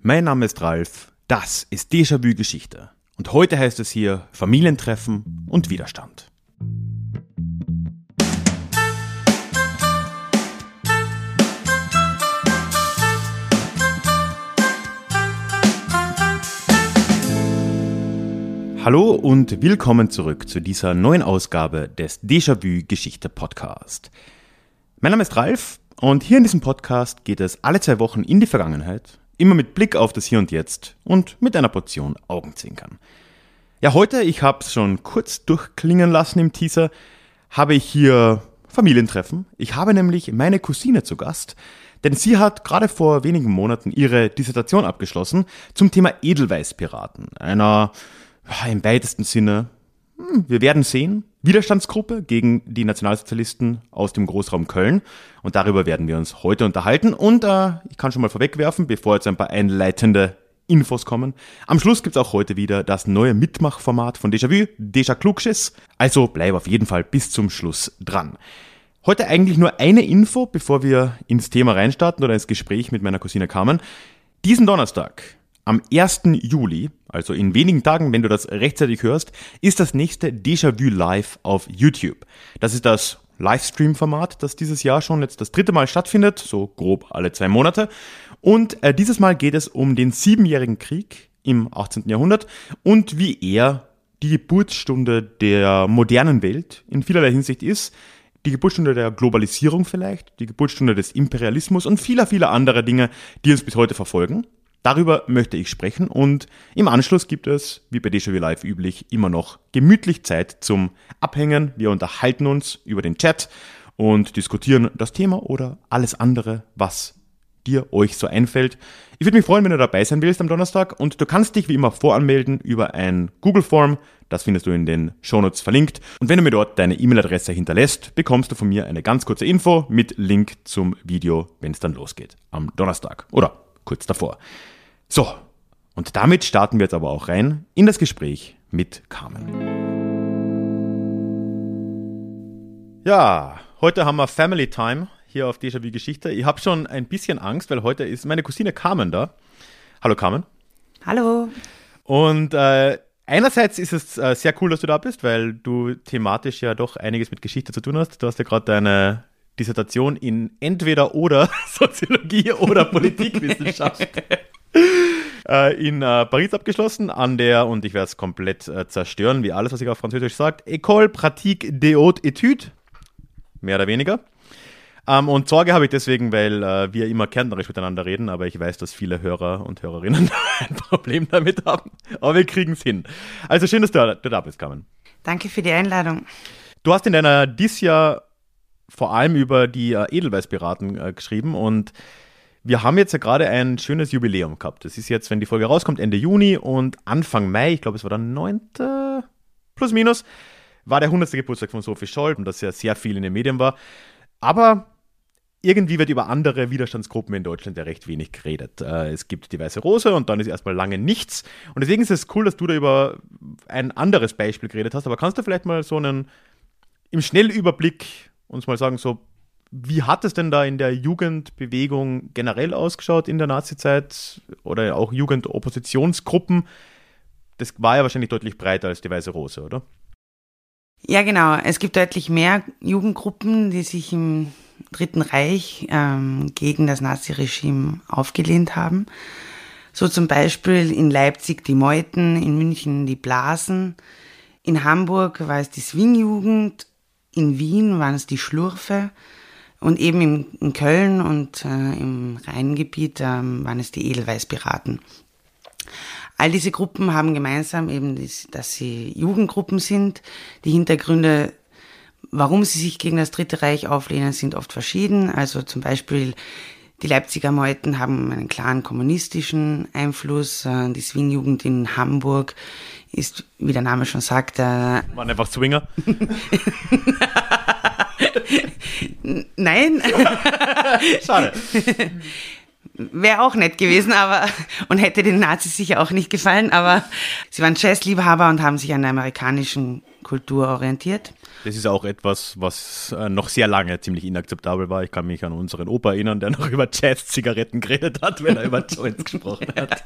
Mein Name ist Ralf, das ist Déjà-vu Geschichte und heute heißt es hier Familientreffen und Widerstand. Hallo und willkommen zurück zu dieser neuen Ausgabe des Déjà-vu Geschichte Podcast. Mein Name ist Ralf und hier in diesem Podcast geht es alle 2 Wochen in die Vergangenheit, immer mit Blick auf das Hier und Jetzt und mit einer Portion Augenzwinkern. Ja, heute, ich habe es schon kurz durchklingen lassen im Teaser, habe ich hier Familientreffen. Ich habe nämlich meine Cousine zu Gast, denn sie hat gerade vor wenigen Monaten ihre Dissertation abgeschlossen zum Thema Edelweißpiraten, einer, im weitesten Sinne, wir werden sehen, Widerstandsgruppe gegen die Nationalsozialisten aus dem Großraum Köln. Und darüber werden wir uns heute unterhalten. Und ich kann schon mal vorwegwerfen, bevor jetzt ein paar einleitende Infos kommen. Am Schluss gibt es auch heute wieder das neue Mitmachformat von Déjà-vu, Déjà Klugschiss. Also bleib auf jeden Fall bis zum Schluss dran. Heute eigentlich nur eine Info, bevor wir ins Thema reinstarten oder ins Gespräch mit meiner Cousine Carmen. Diesen Donnerstag, am 1. Juli, also in wenigen Tagen, wenn du das rechtzeitig hörst, ist das nächste Déjà-vu Live auf YouTube. Das ist das Livestream-Format, das dieses Jahr schon jetzt das 3. Mal stattfindet, so grob alle 2 Monate. Und dieses Mal geht es um den 7-jährigen Krieg im 18. Jahrhundert und wie er die Geburtsstunde der modernen Welt in vielerlei Hinsicht ist. Die Geburtsstunde der Globalisierung vielleicht, die Geburtsstunde des Imperialismus und vieler anderer Dinge, die uns bis heute verfolgen. Darüber möchte ich sprechen und im Anschluss gibt es, wie bei Déjà-vu Live üblich, immer noch gemütlich Zeit zum Abhängen. Wir unterhalten uns über den Chat und diskutieren das Thema oder alles andere, was euch so einfällt. Ich würde mich freuen, wenn du dabei sein willst am Donnerstag und du kannst dich wie immer voranmelden über ein Google-Form. Das findest du in den Shownotes verlinkt. Und wenn du mir dort deine E-Mail-Adresse hinterlässt, bekommst du von mir eine ganz kurze Info mit Link zum Video, wenn es dann losgeht am Donnerstag oder kurz davor. So, und damit starten wir jetzt aber auch rein in das Gespräch mit Carmen. Ja, heute haben wir Family Time hier auf Déjà-vu Geschichte. Ich habe schon ein bisschen Angst, weil heute ist meine Cousine Carmen da. Hallo Carmen. Hallo. Und einerseits ist es sehr cool, dass du da bist, weil du thematisch ja doch einiges mit Geschichte zu tun hast. Du hast ja gerade deine Dissertation in entweder oder Soziologie oder Politikwissenschaft in Paris abgeschlossen, an der, und ich werde es komplett zerstören, wie alles, was ich auf Französisch sagt, École Pratique des Hautes Études, mehr oder weniger. Und Sorge habe ich deswegen, weil wir immer kärntnerisch miteinander reden, aber ich weiß, dass viele Hörer und Hörerinnen ein Problem damit haben. Aber wir kriegen es hin. Also schön, dass du da bist, Carmen. Danke für die Einladung. Du hast in deiner Disja vor allem über die Edelweißpiraten geschrieben und wir haben jetzt ja gerade ein schönes Jubiläum gehabt. Das ist jetzt, wenn die Folge rauskommt, Ende Juni und Anfang Mai, ich glaube es war der 9. plus minus, war der 100. Geburtstag von Sophie Scholl und das ja sehr viel in den Medien war. Aber irgendwie wird über andere Widerstandsgruppen in Deutschland ja recht wenig geredet. Es gibt die Weiße Rose und dann ist erstmal lange nichts. Und deswegen ist es cool, dass du da über ein anderes Beispiel geredet hast. Aber kannst du vielleicht mal so einen, im Schnellüberblick uns mal sagen, so, wie hat es denn da in der Jugendbewegung generell ausgeschaut in der Nazizeit oder auch Jugendoppositionsgruppen? Das war ja wahrscheinlich deutlich breiter als die Weiße Rose, oder? Ja, genau. Es gibt deutlich mehr Jugendgruppen, die sich im Dritten Reich gegen das Naziregime aufgelehnt haben. So zum Beispiel in Leipzig die Meuten, in München die Blasen, in Hamburg war es die Swingjugend, in Wien waren es die Schlurfe und eben in Köln und im Rheingebiet waren es die Edelweißpiraten. All diese Gruppen haben gemeinsam eben, dass sie Jugendgruppen sind. Die Hintergründe, warum sie sich gegen das Dritte Reich auflehnen, sind oft verschieden. Also zum Beispiel die Leipziger Meuten haben einen klaren kommunistischen Einfluss. Die Swingjugend in Hamburg ist, wie der Name schon sagt, waren einfach Swinger? Nein. Schade. Wäre auch nett gewesen, und hätte den Nazis sicher auch nicht gefallen, aber sie waren Jazzliebhaber und haben sich an der amerikanischen Kultur orientiert. Das ist auch etwas, was noch sehr lange ziemlich inakzeptabel war. Ich kann mich an unseren Opa erinnern, der noch über Jazz-Zigaretten geredet hat, wenn er über Joints gesprochen hat.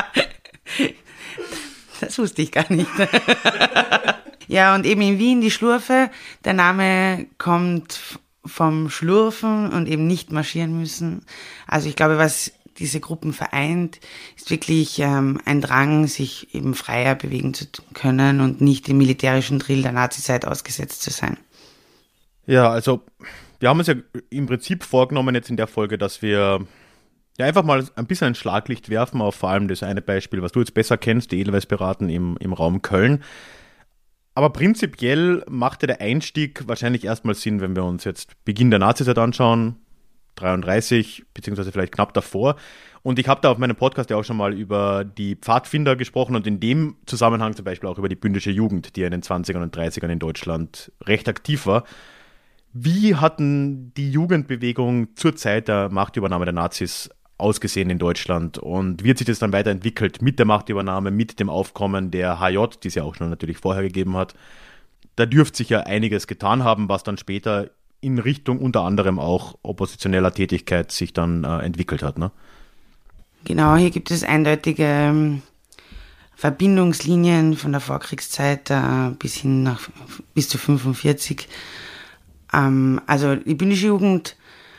Das wusste ich gar nicht. Ja, und eben in Wien die Schlurfe. Der Name kommt vom Schlurfen und eben nicht marschieren müssen. Also ich glaube, was diese Gruppen vereint, ist wirklich ein Drang, sich eben freier bewegen zu können und nicht dem militärischen Drill der Nazizeit ausgesetzt zu sein. Ja, also wir haben uns ja im Prinzip vorgenommen jetzt in der Folge, dass wir ja einfach mal ein bisschen ein Schlaglicht werfen auf vor allem das eine Beispiel, was du jetzt besser kennst, die Edelweiss-Piraten im Raum Köln. Aber prinzipiell machte der Einstieg wahrscheinlich erstmal Sinn, wenn wir uns jetzt Beginn der Nazizeit anschauen, 33, beziehungsweise vielleicht knapp davor. Und ich habe da auf meinem Podcast ja auch schon mal über die Pfadfinder gesprochen und in dem Zusammenhang zum Beispiel auch über die bündische Jugend, die ja in den 20ern und 30ern in Deutschland recht aktiv war. Wie hatten die Jugendbewegung zur Zeit der Machtübernahme der Nazis ausgesehen in Deutschland und wie hat sich das dann weiterentwickelt mit der Machtübernahme, mit dem Aufkommen der HJ, die es ja auch schon natürlich vorher gegeben hat? Da dürfte sich ja einiges getan haben, was dann später in Richtung unter anderem auch oppositioneller Tätigkeit sich dann entwickelt hat, ne? Genau, hier gibt es eindeutige Verbindungslinien von der Vorkriegszeit bis zu 45. Also die bündische Jugend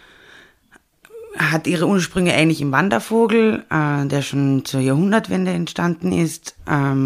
hat ihre Ursprünge eigentlich im Wandervogel, der schon zur Jahrhundertwende entstanden ist.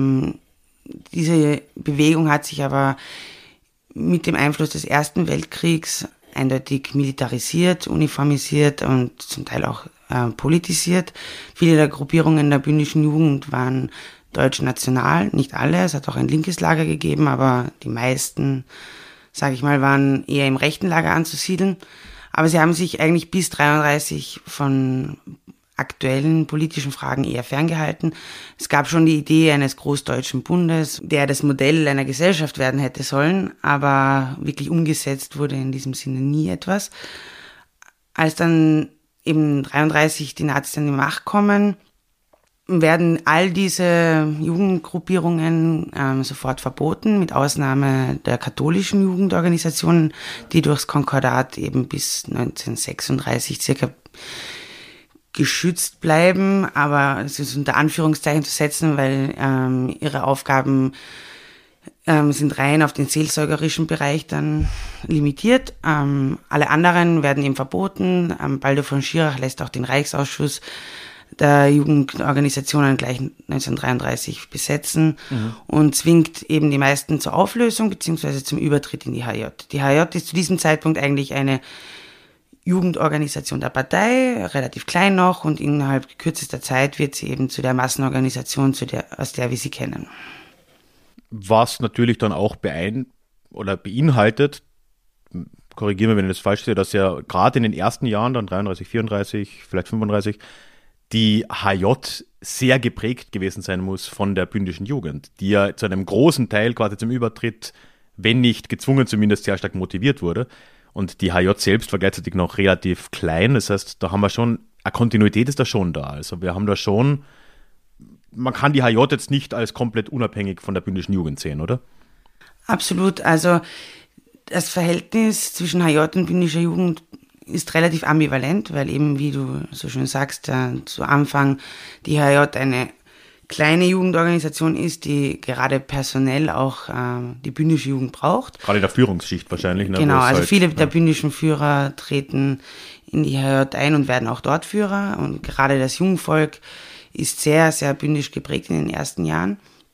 Diese Bewegung hat sich aber mit dem Einfluss des Ersten Weltkriegs eindeutig militarisiert, uniformisiert und zum Teil auch politisiert. Viele der Gruppierungen der bündischen Jugend waren deutsch-national, nicht alle, es hat auch ein linkes Lager gegeben, aber die meisten, sage ich mal, waren eher im rechten Lager anzusiedeln. Aber sie haben sich eigentlich bis 1933 von aktuellen politischen Fragen eher ferngehalten. Es gab schon die Idee eines Großdeutschen Bundes, der das Modell einer Gesellschaft werden hätte sollen, aber wirklich umgesetzt wurde in diesem Sinne nie etwas. Als dann eben 1933 die Nazis an die Macht kommen, werden all diese Jugendgruppierungen sofort verboten, mit Ausnahme der katholischen Jugendorganisationen, die durchs Konkordat eben bis 1936 circa geschützt bleiben, aber es ist unter Anführungszeichen zu setzen, weil ihre Aufgaben sind rein auf den seelsorgerischen Bereich dann limitiert. Alle anderen werden eben verboten. Baldur von Schirach lässt auch den Reichsausschuss der Jugendorganisationen gleich 1933 besetzen und zwingt eben die meisten zur Auflösung bzw. zum Übertritt in die HJ. Die HJ ist zu diesem Zeitpunkt eigentlich eine Jugendorganisation der Partei, relativ klein noch, und innerhalb kürzester Zeit wird sie eben zu der Massenorganisation, aus der wir sie kennen. Was natürlich dann auch beinhaltet, korrigieren wir, wenn ich das falsch sehe, dass ja gerade in den ersten Jahren, dann 33, 34, vielleicht 35, die HJ sehr geprägt gewesen sein muss von der bündischen Jugend, die ja zu einem großen Teil quasi zum Übertritt, wenn nicht gezwungen, zumindest sehr stark motiviert wurde. Und die HJ selbst war gleichzeitig noch relativ klein, das heißt, da haben wir schon, eine Kontinuität ist da schon da. Also wir haben da schon, man kann die HJ jetzt nicht als komplett unabhängig von der bündischen Jugend sehen, oder? Absolut, also das Verhältnis zwischen HJ und bündischer Jugend ist relativ ambivalent, weil eben, wie du so schön sagst, zu Anfang die HJ eine kleine Jugendorganisation ist, die gerade personell auch die bündische Jugend braucht. Gerade in der Führungsschicht wahrscheinlich. Ne? Genau, also viele der bündischen Führer treten in die HJ ein und werden auch dort Führer. Und gerade das Jungvolk ist sehr, sehr bündisch geprägt in den ersten Jahren.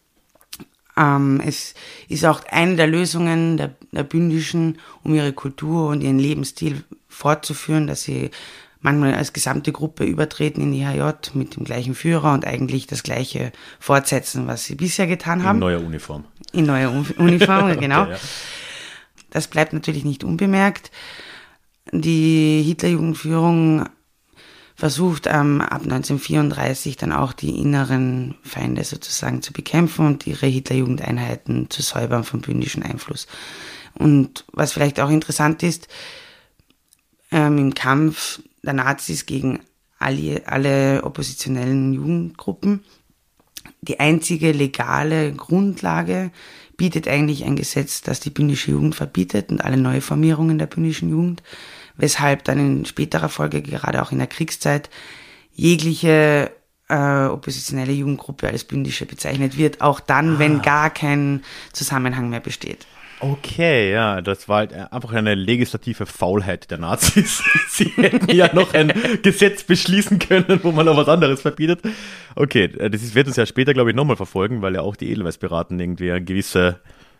Es ist auch eine der Lösungen der Bündischen, um ihre Kultur und ihren Lebensstil fortzuführen, dass sie manchmal als gesamte Gruppe übertreten in die HJ mit dem gleichen Führer und eigentlich das Gleiche fortsetzen, was sie bisher getan haben. In neuer Uniform. In neuer Uniform, genau. Okay, ja. Das bleibt natürlich nicht unbemerkt. Die Hitlerjugendführung versucht ab 1934 dann auch die inneren Feinde sozusagen zu bekämpfen und ihre Hitlerjugendeinheiten zu säubern vom bündischen Einfluss. Und was vielleicht auch interessant ist, im Kampf der Nazis gegen alle oppositionellen Jugendgruppen. Die einzige legale Grundlage bietet eigentlich ein Gesetz, das die bündische Jugend verbietet und alle Neuformierungen der bündischen Jugend, weshalb dann in späterer Folge, gerade auch in der Kriegszeit, jegliche oppositionelle Jugendgruppe als bündische bezeichnet wird, auch dann, wenn gar kein Zusammenhang mehr besteht. Okay, ja, das war halt einfach eine legislative Faulheit der Nazis. Sie hätten ja noch ein Gesetz beschließen können, wo man noch was anderes verbietet. Okay, wird uns ja später, glaube ich, nochmal verfolgen, weil ja auch die Edelweißpiraten irgendwie eine gewisse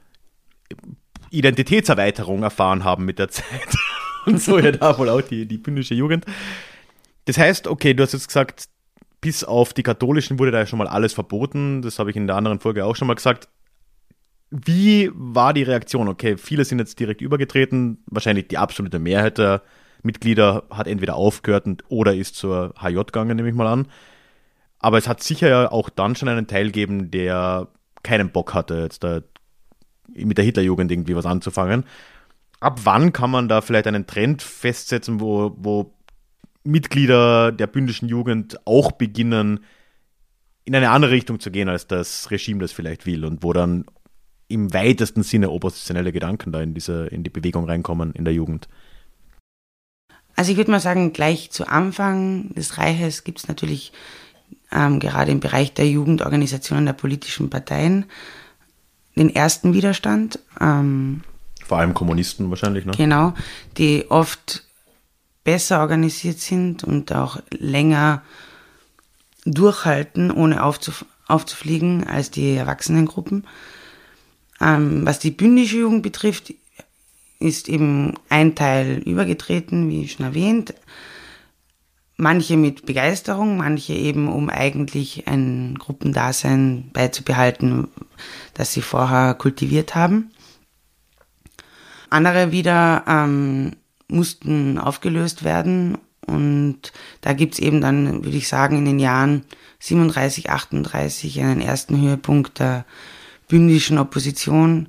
Identitätserweiterung erfahren haben mit der Zeit. Und so ja da wohl auch die bündische Jugend. Das heißt, okay, du hast jetzt gesagt, bis auf die katholischen wurde da ja schon mal alles verboten. Das habe ich in der anderen Folge auch schon mal gesagt. Wie war die Reaktion? Okay, viele sind jetzt direkt übergetreten. Wahrscheinlich die absolute Mehrheit der Mitglieder hat entweder aufgehört oder ist zur HJ gegangen, nehme ich mal an. Aber es hat sicher ja auch dann schon einen Teil gegeben, der keinen Bock hatte, jetzt da mit der Hitlerjugend irgendwie was anzufangen. Ab wann kann man da vielleicht einen Trend festsetzen, wo Mitglieder der bündischen Jugend auch beginnen, in eine andere Richtung zu gehen, als das Regime das vielleicht will und wo dann im weitesten Sinne oppositionelle Gedanken da in die Bewegung reinkommen in der Jugend? Also ich würde mal sagen, gleich zu Anfang des Reiches gibt es natürlich gerade im Bereich der Jugendorganisationen der politischen Parteien den ersten Widerstand. Vor allem Kommunisten wahrscheinlich, ne? Genau, die oft besser organisiert sind und auch länger durchhalten, ohne aufzufliegen, als die Erwachsenengruppen. Was die bündische Jugend betrifft, ist eben ein Teil übergetreten, wie schon erwähnt. Manche mit Begeisterung, manche eben, um eigentlich ein Gruppendasein beizubehalten, das sie vorher kultiviert haben. Andere wieder mussten aufgelöst werden und da gibt's eben dann, würde ich sagen, in den Jahren 37, 38 einen ersten Höhepunkt der bündischen Opposition.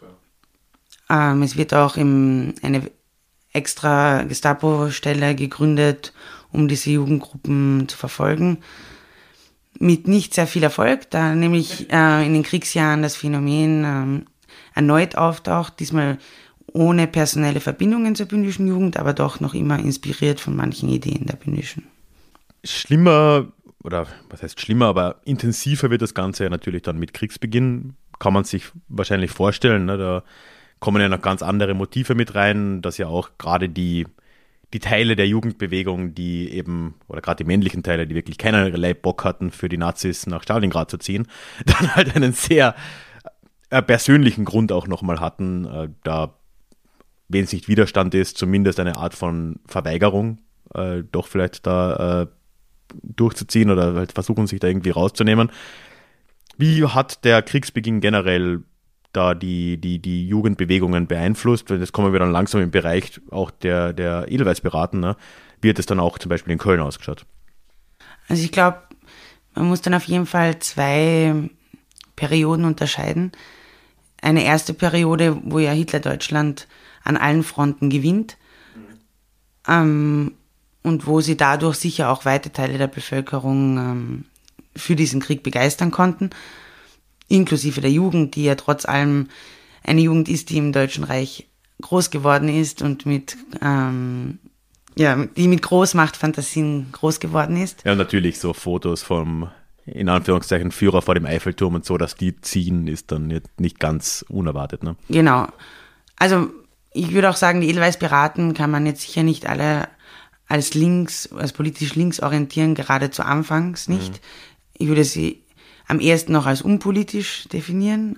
Es wird auch eine extra Gestapo-Stelle gegründet, um diese Jugendgruppen zu verfolgen. Mit nicht sehr viel Erfolg, da nämlich in den Kriegsjahren das Phänomen erneut auftaucht, diesmal ohne personelle Verbindungen zur bündischen Jugend, aber doch noch immer inspiriert von manchen Ideen der bündischen. Schlimmer, oder was heißt schlimmer, aber intensiver wird das Ganze ja natürlich dann mit Kriegsbeginn, kann man sich wahrscheinlich vorstellen. Ne? Da kommen ja noch ganz andere Motive mit rein, dass ja auch gerade die Teile der Jugendbewegung, die eben, oder gerade die männlichen Teile, die wirklich keinerlei Bock hatten, für die Nazis nach Stalingrad zu ziehen, dann halt einen sehr persönlichen Grund auch nochmal hatten, da, wenn es nicht Widerstand ist, zumindest eine Art von Verweigerung, doch vielleicht da durchzuziehen oder halt versuchen, sich da irgendwie rauszunehmen. Wie hat der Kriegsbeginn generell da die Jugendbewegungen beeinflusst? Weil jetzt kommen wir dann langsam im Bereich auch der Edelweißpiraten. Ne? Wie hat es dann auch zum Beispiel in Köln ausgeschaut? Also ich glaube, man muss dann auf jeden Fall zwei Perioden unterscheiden. Eine erste Periode, wo ja Hitler Deutschland an allen Fronten gewinnt und wo sie dadurch sicher auch weite Teile der Bevölkerung für diesen Krieg begeistern konnten, inklusive der Jugend, die ja trotz allem eine Jugend ist, die im Deutschen Reich groß geworden ist und die mit Großmachtfantasien groß geworden ist. Ja, natürlich so Fotos vom, in Anführungszeichen, Führer vor dem Eiffelturm und so, dass die ziehen, ist dann nicht ganz unerwartet. Ne? Genau. Also ich würde auch sagen, die Edelweißpiraten kann man jetzt sicher nicht alle als politisch links orientieren, gerade zu Anfangs nicht. Ich würde sie am ehesten noch als unpolitisch definieren.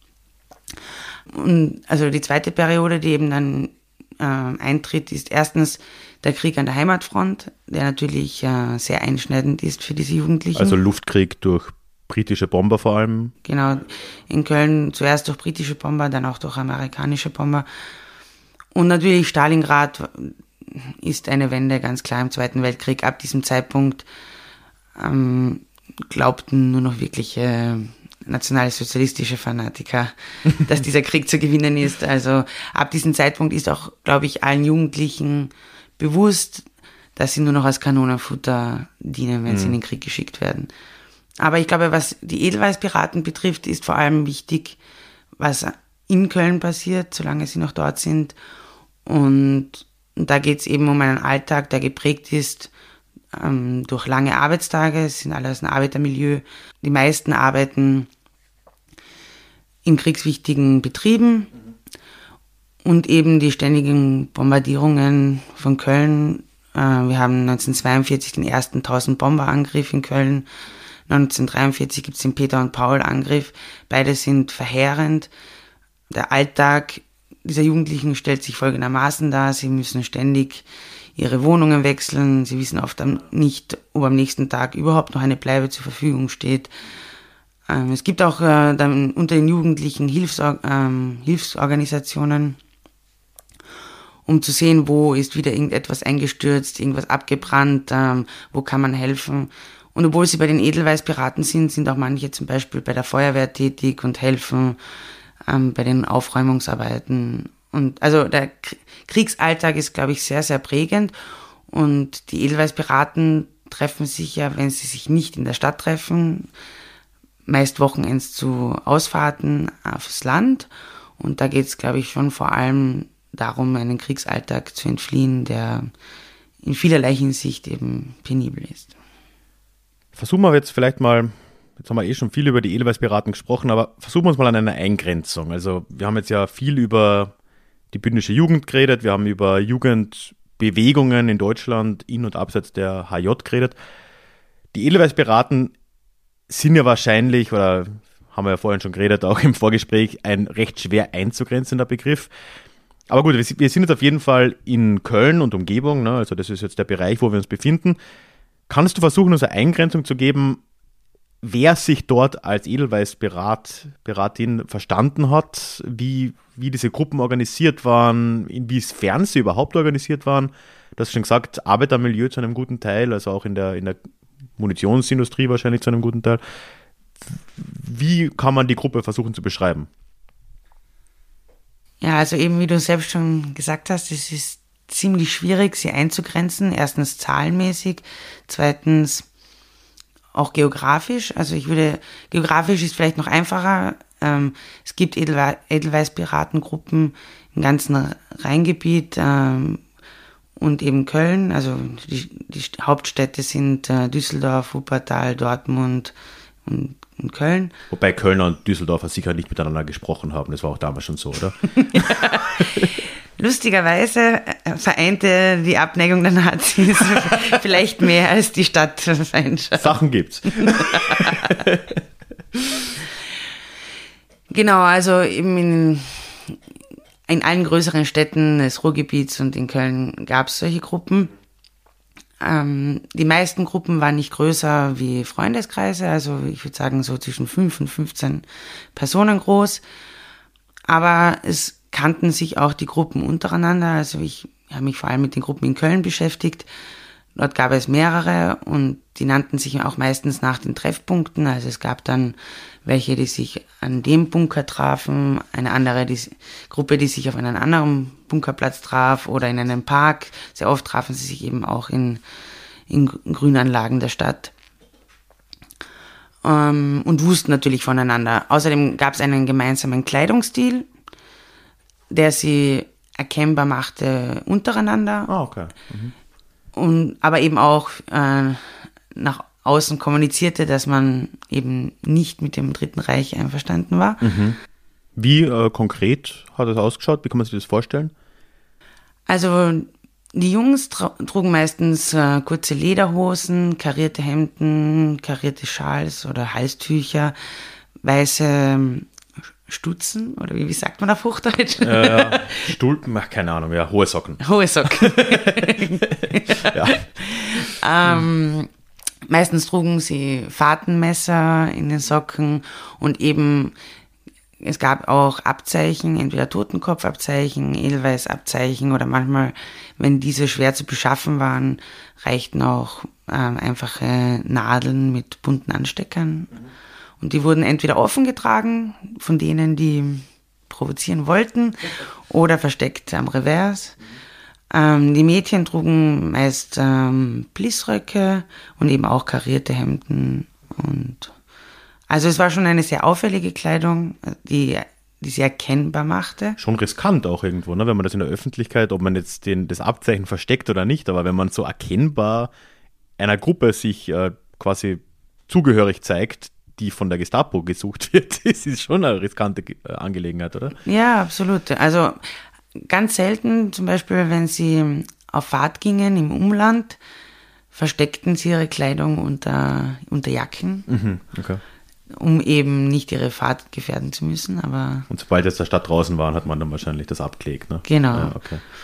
Und also die zweite Periode, die eben dann eintritt, ist erstens der Krieg an der Heimatfront, der natürlich sehr einschneidend ist für diese Jugendlichen. Also Luftkrieg durch britische Bomber vor allem? Genau, in Köln zuerst durch britische Bomber, dann auch durch amerikanische Bomber. Und natürlich Stalingrad ist eine Wende, ganz klar, im Zweiten Weltkrieg. Ab diesem Zeitpunkt glaubten nur noch wirkliche nationalsozialistische Fanatiker, dass dieser Krieg zu gewinnen ist. Also ab diesem Zeitpunkt ist auch, glaube ich, allen Jugendlichen bewusst, dass sie nur noch als Kanonenfutter dienen, wenn sie in den Krieg geschickt werden. Aber ich glaube, was die Edelweißpiraten betrifft, ist vor allem wichtig, was in Köln passiert, solange sie noch dort sind. Und da geht es eben um einen Alltag, der geprägt ist durch lange Arbeitstage. Es sind alle aus einem Arbeitermilieu. Die meisten arbeiten in kriegswichtigen Betrieben. Und eben die ständigen Bombardierungen von Köln. Wir haben 1942 den ersten 1000-Bomber-Angriff in Köln. 1943 gibt es den Peter- und Paul-Angriff. Beide sind verheerend. Der Alltag dieser Jugendlichen stellt sich folgendermaßen dar. Sie müssen ständig ihre Wohnungen wechseln. Sie wissen oft nicht, ob am nächsten Tag überhaupt noch eine Bleibe zur Verfügung steht. Es gibt auch dann unter den Jugendlichen Hilfsorganisationen, um zu sehen, wo ist wieder irgendetwas eingestürzt, irgendwas abgebrannt, wo kann man helfen. Und obwohl sie bei den Edelweißpiraten sind auch manche zum Beispiel bei der Feuerwehr tätig und helfen bei den Aufräumungsarbeiten. Und also der Kriegsalltag ist, glaube ich, sehr, sehr prägend. Und die Edelweißpiraten treffen sich ja, wenn sie sich nicht in der Stadt treffen, meist Wochenends zu Ausfahrten aufs Land. Und da geht es, glaube ich, schon vor allem darum, einen Kriegsalltag zu entfliehen, der in vielerlei Hinsicht eben penibel ist. Versuchen wir jetzt vielleicht mal, jetzt haben wir schon viel über die Edelweißpiraten gesprochen, aber versuchen wir uns mal an einer Eingrenzung. Also wir haben jetzt ja viel über die bündische Jugend geredet, wir haben über Jugendbewegungen in Deutschland in und abseits der HJ geredet. Die Edelweißpiraten sind ja wahrscheinlich, oder haben wir ja vorhin schon geredet, auch im Vorgespräch, ein recht schwer einzugrenzender Begriff. Aber gut, wir sind jetzt auf jeden Fall in Köln und Umgebung, ne? Also das ist jetzt der Bereich, wo wir uns befinden. Kannst du versuchen, uns eine Eingrenzung zu geben, wer sich dort als Edelweißpiratin verstanden hat, wie diese Gruppen organisiert waren, inwiefern sie überhaupt organisiert waren? Du hast schon gesagt, Arbeitermilieu zu einem guten Teil, also auch in der Munitionsindustrie wahrscheinlich zu einem guten Teil. Wie kann man die Gruppe versuchen zu beschreiben? Ja, also eben wie du selbst schon gesagt hast, es ist ziemlich schwierig, sie einzugrenzen. Erstens zahlenmäßig, zweitens auch geografisch. Also geografisch ist vielleicht noch einfacher. Es gibt Edelweißpiratengruppen im ganzen Rheingebiet und eben Köln. Also die Hauptstädte sind Düsseldorf, Wuppertal, Dortmund und Köln. Wobei Kölner und Düsseldorfer sicher nicht miteinander gesprochen haben. Das war auch damals schon so, oder? Ja. Lustigerweise vereinte die Abneigung der Nazis vielleicht mehr als die Stadtfeindschaft. Sachen gibt's. Genau, also eben in allen größeren Städten des Ruhrgebiets und in Köln gab es solche Gruppen. Die meisten Gruppen waren nicht größer wie Freundeskreise, also ich würde sagen so zwischen 5 und 15 Personen groß. Aber es kannten sich auch die Gruppen untereinander. Also ich habe mich vor allem mit den Gruppen in Köln beschäftigt. Dort gab es mehrere und die nannten sich auch meistens nach den Treffpunkten. Also es gab dann welche, die sich an dem Bunker trafen, eine andere Gruppe, die sich auf einem anderen Bunkerplatz traf oder in einem Park. Sehr oft trafen sie sich eben auch in Grünanlagen der Stadt und wussten natürlich voneinander. Außerdem gab es einen gemeinsamen Kleidungsstil, der sie erkennbar machte untereinander. Ah, okay. Aber eben auch nach außen kommunizierte, dass man eben nicht mit dem Dritten Reich einverstanden war. Mhm. Wie konkret hat das ausgeschaut? Wie kann man sich das vorstellen? Also die Jungs trugen meistens kurze Lederhosen, karierte Hemden, karierte Schals oder Halstücher, weiße Stutzen, oder wie sagt man auf Hochdeutsch? Stulpen, keine Ahnung, ja, hohe Socken. Hohe Socken. Ja. Meistens trugen sie Fahrtenmesser in den Socken und eben, es gab auch Abzeichen, entweder Totenkopfabzeichen, Edelweißabzeichen oder manchmal, wenn diese schwer zu beschaffen waren, reichten auch einfache Nadeln mit bunten Ansteckern. Und die wurden entweder offen getragen von denen, die provozieren wollten, oder versteckt am Revers. Die Mädchen trugen meist Plissröcke und eben auch karierte Hemden. Und also es war schon eine sehr auffällige Kleidung, die sie erkennbar machte. Schon riskant auch irgendwo, ne? Wenn man das in der Öffentlichkeit, ob man jetzt das Abzeichen versteckt oder nicht, aber wenn man so erkennbar einer Gruppe sich quasi zugehörig zeigt, die von der Gestapo gesucht wird, das ist schon eine riskante Angelegenheit, oder? Ja, absolut. Also ganz selten, zum Beispiel, wenn sie auf Fahrt gingen im Umland, versteckten sie ihre Kleidung unter Jacken, Okay. um eben nicht ihre Fahrt gefährden zu müssen. Aber Und sobald jetzt der Stadt draußen waren, hat man dann wahrscheinlich das abgelegt, ne? genau. Ja,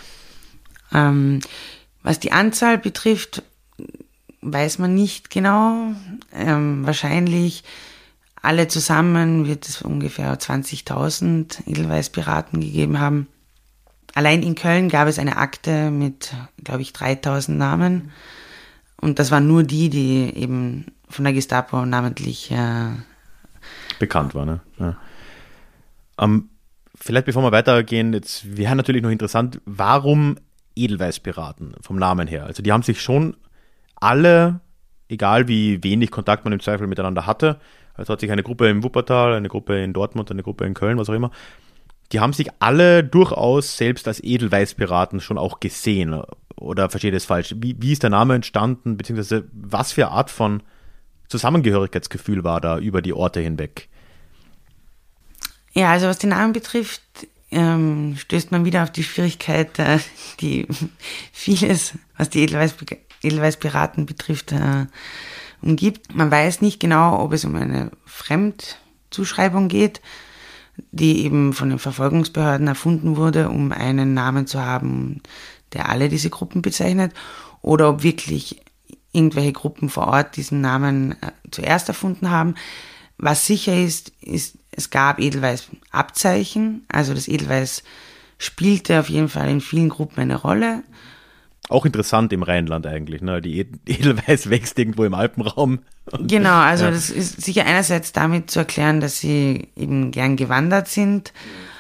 okay. Was die Anzahl betrifft, weiß man nicht genau. Wahrscheinlich alle zusammen wird es ungefähr 20.000 Edelweiß-Piraten gegeben haben. Allein in Köln gab es eine Akte mit, glaube ich, 3.000 Namen. Und das waren nur die eben von der Gestapo namentlich bekannt war, ne? Ja. Vielleicht bevor wir weitergehen, jetzt wäre natürlich noch interessant, warum Edelweiß-Piraten vom Namen her? Also die haben sich schon alle, egal wie wenig Kontakt man im Zweifel miteinander hatte, also hat sich eine Gruppe im Wuppertal, eine Gruppe in Dortmund, eine Gruppe in Köln, was auch immer, die haben sich alle durchaus selbst als Edelweiß-Piraten schon auch gesehen. Oder verstehe ich das falsch? Wie ist der Name entstanden, beziehungsweise was für eine Art von Zusammengehörigkeitsgefühl war da über die Orte hinweg? Ja, also was den Namen betrifft, stößt man wieder auf die Schwierigkeit, die vieles, was die Edelweiß-Piraten betrifft, umgibt. Man weiß nicht genau, ob es um eine Fremdzuschreibung geht, die eben von den Verfolgungsbehörden erfunden wurde, um einen Namen zu haben, der alle diese Gruppen bezeichnet, oder ob wirklich irgendwelche Gruppen vor Ort diesen Namen zuerst erfunden haben. Was sicher ist, es gab Edelweiß-Abzeichen, also das Edelweiß spielte auf jeden Fall in vielen Gruppen eine Rolle. Auch interessant im Rheinland eigentlich, ne? Die Edelweiß wächst irgendwo im Alpenraum. Genau, also ja. Das ist sicher einerseits damit zu erklären, dass sie eben gern gewandert sind,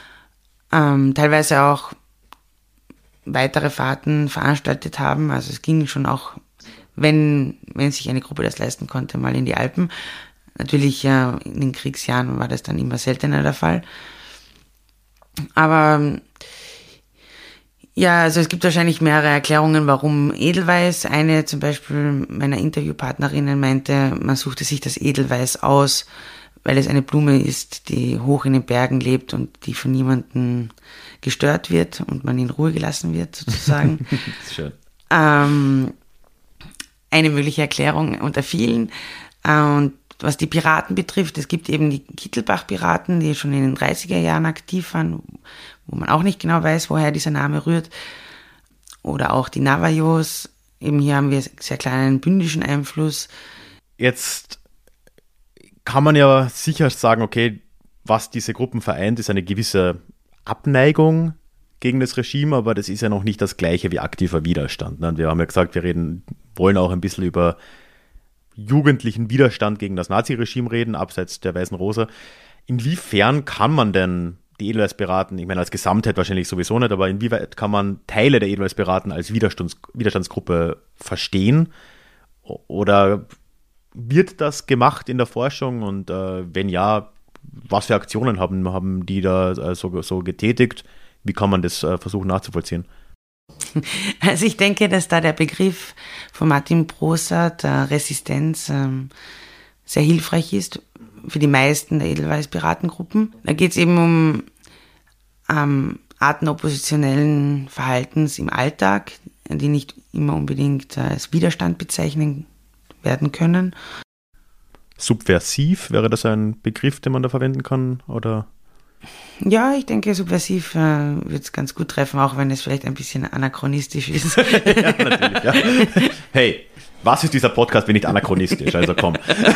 teilweise auch weitere Fahrten veranstaltet haben. Also es ging schon auch, wenn sich eine Gruppe das leisten konnte, mal in die Alpen. Natürlich in den Kriegsjahren war das dann immer seltener der Fall. Aber ja, also es gibt wahrscheinlich mehrere Erklärungen, warum Edelweiß. Eine zum Beispiel meiner Interviewpartnerinnen meinte, man suchte sich das Edelweiß aus, weil es eine Blume ist, die hoch in den Bergen lebt und die von niemandem gestört wird und man in Ruhe gelassen wird, sozusagen. Schön. Eine mögliche Erklärung unter vielen. Und was die Piraten betrifft, es gibt eben die Kittelbach-Piraten, die schon in den 30er Jahren aktiv waren, wo man auch nicht genau weiß, woher dieser Name rührt. Oder auch die Navajos. Eben hier haben wir sehr kleinen bündischen Einfluss. Jetzt kann man ja sicher sagen, okay, was diese Gruppen vereint, ist eine gewisse Abneigung gegen das Regime, aber das ist ja noch nicht das Gleiche wie aktiver Widerstand. Und wir haben ja gesagt, wollen auch ein bisschen über jugendlichen Widerstand gegen das Naziregime reden, abseits der Weißen Rose. Inwiefern kann man denn die Edelweiß-Piraten, ich meine als Gesamtheit wahrscheinlich sowieso nicht, aber inwieweit kann man Teile der Edelweiß-Piraten als Widerstandsgruppe verstehen? Oder wird das gemacht in der Forschung? Und wenn ja, was für Aktionen haben die da so getätigt? Wie kann man das versuchen nachzuvollziehen? Also ich denke, dass da der Begriff von Martin Brosert, Resistenz, sehr hilfreich ist für die meisten der Edelweiß-Piratengruppen. Da geht es eben um Arten oppositionellen Verhaltens im Alltag, die nicht immer unbedingt als Widerstand bezeichnen werden können. Subversiv, wäre das ein Begriff, den man da verwenden kann, oder? Ja, ich denke, subversiv wird es ganz gut treffen, auch wenn es vielleicht ein bisschen anachronistisch ist. Ja, natürlich, ja. Hey, was ist dieser Podcast, wenn nicht anachronistisch? Also komm.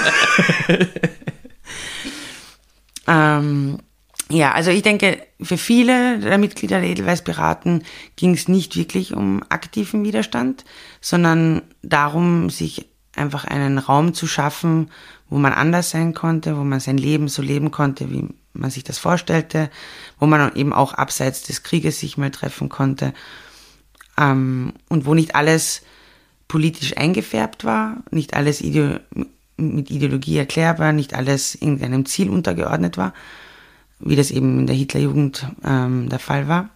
Ja, also ich denke, für viele der Mitglieder der Edelweiß-Piraten ging es nicht wirklich um aktiven Widerstand, sondern darum, sich einfach einen Raum zu schaffen, wo man anders sein konnte, wo man sein Leben so leben konnte, wie man sich das vorstellte, wo man eben auch abseits des Krieges sich mal treffen konnte. und wo nicht alles politisch eingefärbt war, nicht alles mit Ideologie erklärbar, nicht alles irgendeinem Ziel untergeordnet war, wie das eben in der Hitlerjugend der Fall war.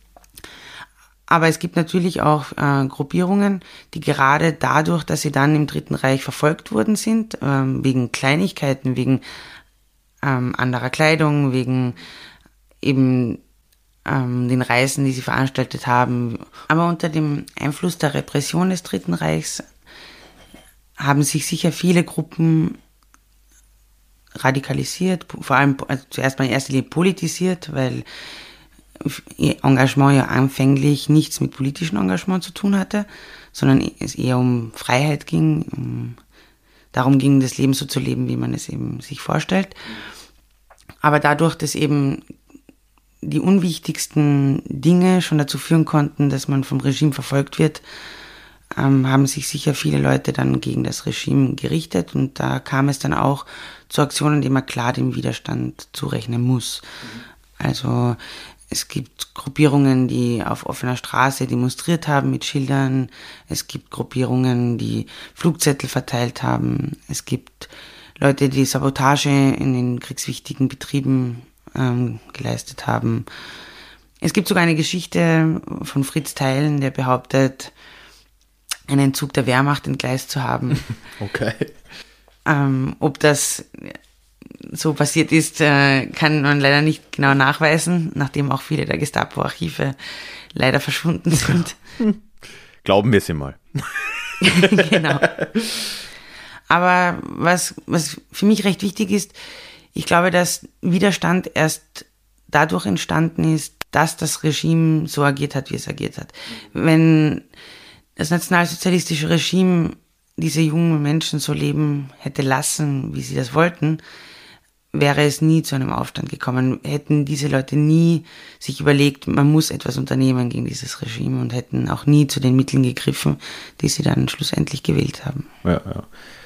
Aber es gibt natürlich auch Gruppierungen, die gerade dadurch, dass sie dann im Dritten Reich verfolgt worden sind, wegen Kleinigkeiten, wegen anderer Kleidung, wegen eben den Reisen, die sie veranstaltet haben. Aber unter dem Einfluss der Repression des Dritten Reichs haben sich sicher viele Gruppen radikalisiert, vor allem zuerst mal in erster Linie politisiert, weil ihr Engagement ja anfänglich nichts mit politischem Engagement zu tun hatte, sondern es eher um Freiheit ging, darum ging, das Leben so zu leben, wie man es eben sich vorstellt. Aber dadurch, dass eben die unwichtigsten Dinge schon dazu führen konnten, dass man vom Regime verfolgt wird, haben sich sicher viele Leute dann gegen das Regime gerichtet und da kam es dann auch zu Aktionen, die man klar dem Widerstand zurechnen muss. Also es gibt Gruppierungen, die auf offener Straße demonstriert haben mit Schildern. Es gibt Gruppierungen, die Flugzettel verteilt haben. Es gibt Leute, die Sabotage in den kriegswichtigen Betrieben geleistet haben. Es gibt sogar eine Geschichte von Fritz Theilen, der behauptet, einen Zug der Wehrmacht entgleist zu haben. Okay. Ob das so passiert ist, kann man leider nicht genau nachweisen, nachdem auch viele der Gestapo-Archive leider verschwunden sind. Glauben wir sie mal. Genau. Aber was für mich recht wichtig ist, ich glaube, dass Widerstand erst dadurch entstanden ist, dass das Regime so agiert hat, wie es agiert hat. Wenn das nationalsozialistische Regime diese jungen Menschen so leben hätte lassen, wie sie das wollten, wäre es nie zu einem Aufstand gekommen. Hätten diese Leute nie sich überlegt, man muss etwas unternehmen gegen dieses Regime und hätten auch nie zu den Mitteln gegriffen, die sie dann schlussendlich gewählt haben. Ja, ja.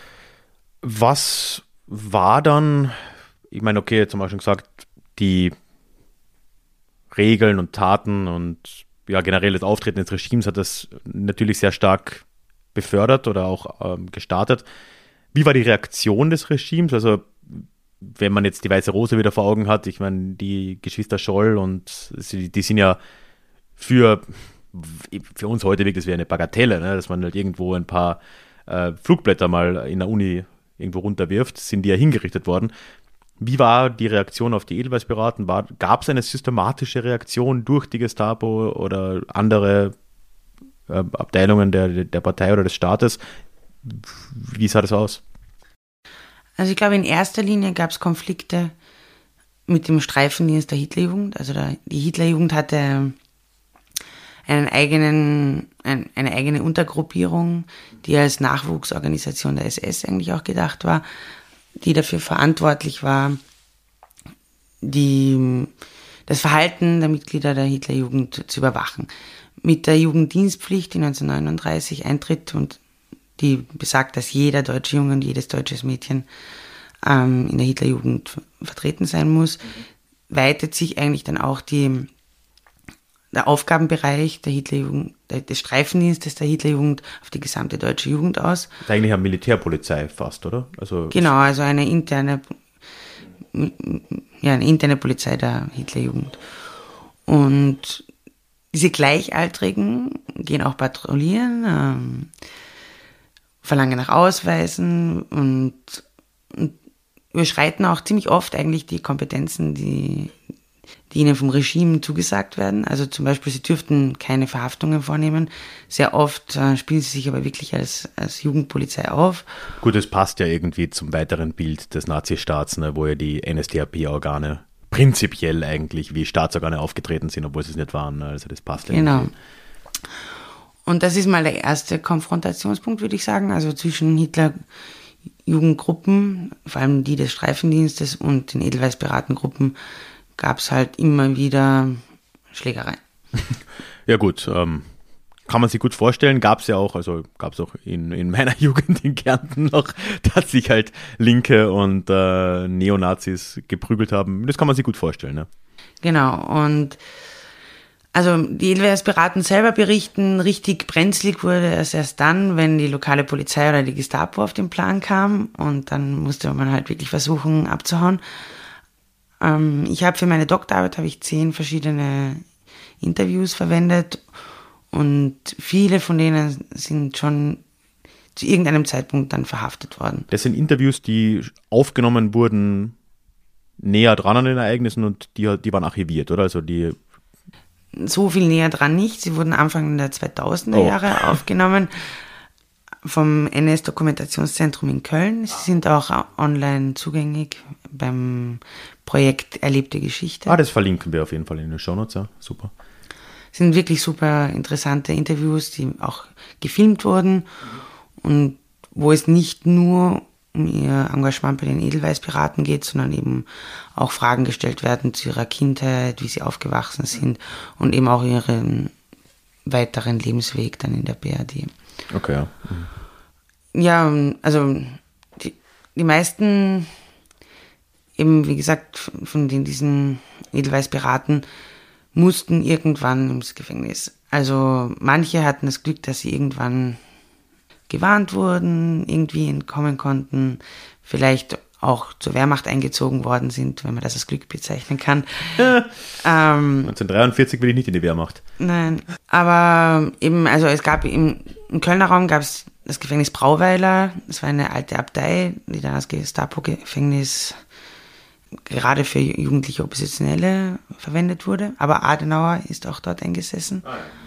Was war dann, ich meine, okay, jetzt haben wir schon gesagt, die Regeln und Taten und ja, generell das Auftreten des Regimes hat das natürlich sehr stark befördert oder auch gestartet. Wie war die Reaktion des Regimes? Also wenn man jetzt die Weiße Rose wieder vor Augen hat, ich meine, die Geschwister Scholl und die sind ja für uns heute wirklich, das wäre eine Bagatelle, ne? Dass man halt irgendwo ein paar Flugblätter mal in der Uni irgendwo runterwirft, sind die ja hingerichtet worden. Wie war die Reaktion auf die Edelweiss-Piraten? Gab es eine systematische Reaktion durch die Gestapo oder andere Abteilungen der Partei oder des Staates? Wie sah das aus? Also ich glaube, in erster Linie gab es Konflikte mit dem Streifendienst der Hitlerjugend. Also die Hitlerjugend hatte eine eigene Untergruppierung, die als Nachwuchsorganisation der SS eigentlich auch gedacht war, die dafür verantwortlich war, das Verhalten der Mitglieder der Hitlerjugend zu überwachen. Mit der Jugenddienstpflicht, die 1939 eintritt und die besagt, dass jeder deutsche Junge und jedes deutsches Mädchen in der Hitlerjugend vertreten sein muss, weitet sich eigentlich dann auch der Aufgabenbereich der Hitlerjugend, des Streifendienstes der Hitlerjugend auf die gesamte deutsche Jugend aus. Das ist eigentlich eine Militärpolizei fast, oder? Also genau, also eine interne Polizei der Hitlerjugend. Und diese Gleichaltrigen gehen auch patrouillieren, verlangen nach Ausweisen und überschreiten auch ziemlich oft eigentlich die Kompetenzen, die ihnen vom Regime zugesagt werden. Also zum Beispiel, sie dürften keine Verhaftungen vornehmen. Sehr oft spielen sie sich aber wirklich als Jugendpolizei auf. Gut, es passt ja irgendwie zum weiteren Bild des Nazistaats, ne, wo ja die NSDAP-Organe prinzipiell eigentlich wie Staatsorgane aufgetreten sind, obwohl sie es nicht waren. Ne? Also das passt ja genau. irgendwie. Und das ist mal der erste Konfrontationspunkt, würde ich sagen, also zwischen Hitler-Jugendgruppen, vor allem die des Streifendienstes und den Edelweiss-Piratengruppen, gab es halt immer wieder Schlägereien. Ja gut, kann man sich gut vorstellen, gab es auch in meiner Jugend in Kärnten noch, dass sich halt Linke und Neonazis geprügelt haben. Das kann man sich gut vorstellen. Ne? Genau, und Also die Edelweiss-Piraten selber berichten, richtig brenzlig wurde es erst dann, wenn die lokale Polizei oder die Gestapo auf den Plan kam und dann musste man halt wirklich versuchen abzuhauen. Ich habe für meine Doktorarbeit 10 verschiedene Interviews verwendet und viele von denen sind schon zu irgendeinem Zeitpunkt dann verhaftet worden. Das sind Interviews, die aufgenommen wurden näher dran an den Ereignissen und die waren archiviert, oder? Also die so viel näher dran nicht. Sie wurden Anfang der 2000er Jahre aufgenommen vom NS-Dokumentationszentrum in Köln. Sie sind auch online zugänglich beim Projekt Erlebte Geschichte. Das verlinken wir auf jeden Fall in den Shownotes, ja, super. Sind wirklich super interessante Interviews, die auch gefilmt wurden und wo es nicht nur um ihr Engagement bei den Edelweiss-Piraten geht, sondern eben auch Fragen gestellt werden zu ihrer Kindheit, wie sie aufgewachsen sind und eben auch ihren weiteren Lebensweg dann in der BRD. Okay, ja. Ja, also die meisten, eben wie gesagt, von diesen Edelweiss-Piraten mussten irgendwann ins Gefängnis. Also manche hatten das Glück, dass sie irgendwann gewarnt wurden, irgendwie entkommen konnten, vielleicht auch zur Wehrmacht eingezogen worden sind, wenn man das als Glück bezeichnen kann. 1943 will ich nicht in die Wehrmacht. Nein, aber eben, also es gab im Kölner Raum gab es das Gefängnis Brauweiler, das war eine alte Abtei, die dann als Gestapo-Gefängnis gerade für jugendliche Oppositionelle verwendet wurde, aber Adenauer ist auch dort eingesessen.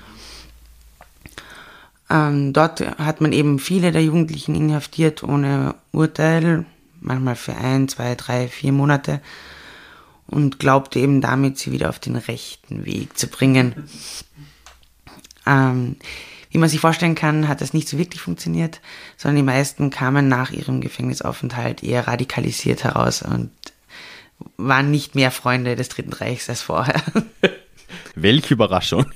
Dort hat man eben viele der Jugendlichen inhaftiert ohne Urteil, manchmal für 1, 2, 3, 4 Monate und glaubte eben damit, sie wieder auf den rechten Weg zu bringen. Wie man sich vorstellen kann, hat das nicht so wirklich funktioniert, sondern die meisten kamen nach ihrem Gefängnisaufenthalt eher radikalisiert heraus und waren nicht mehr Freunde des Dritten Reichs als vorher. Welche Überraschung.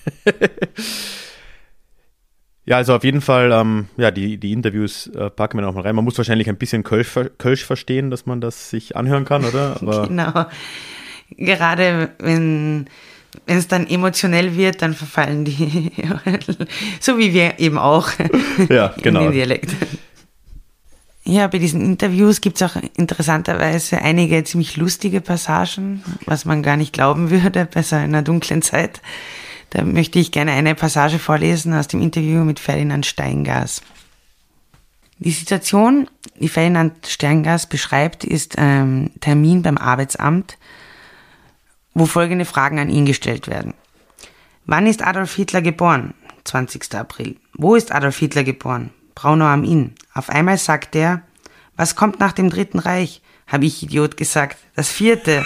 Ja, also auf jeden Fall, die Interviews packen wir noch mal rein. Man muss wahrscheinlich ein bisschen Kölsch verstehen, dass man das sich anhören kann, oder? Aber genau. Gerade wenn es dann emotionell wird, dann verfallen die, so wie wir eben auch, ja, genau. in den Dialekt. Ja, bei diesen Interviews gibt es auch interessanterweise einige ziemlich lustige Passagen, was man gar nicht glauben würde bei so einer dunklen Zeit. Da möchte ich gerne eine Passage vorlesen aus dem Interview mit Ferdinand Steingass. Die Situation, die Ferdinand Steingass beschreibt, ist ein Termin beim Arbeitsamt, wo folgende Fragen an ihn gestellt werden. Wann ist Adolf Hitler geboren? 20. April. Wo ist Adolf Hitler geboren? Braunau am Inn. Auf einmal sagt er, was kommt nach dem Dritten Reich? Habe ich Idiot gesagt. Das 4.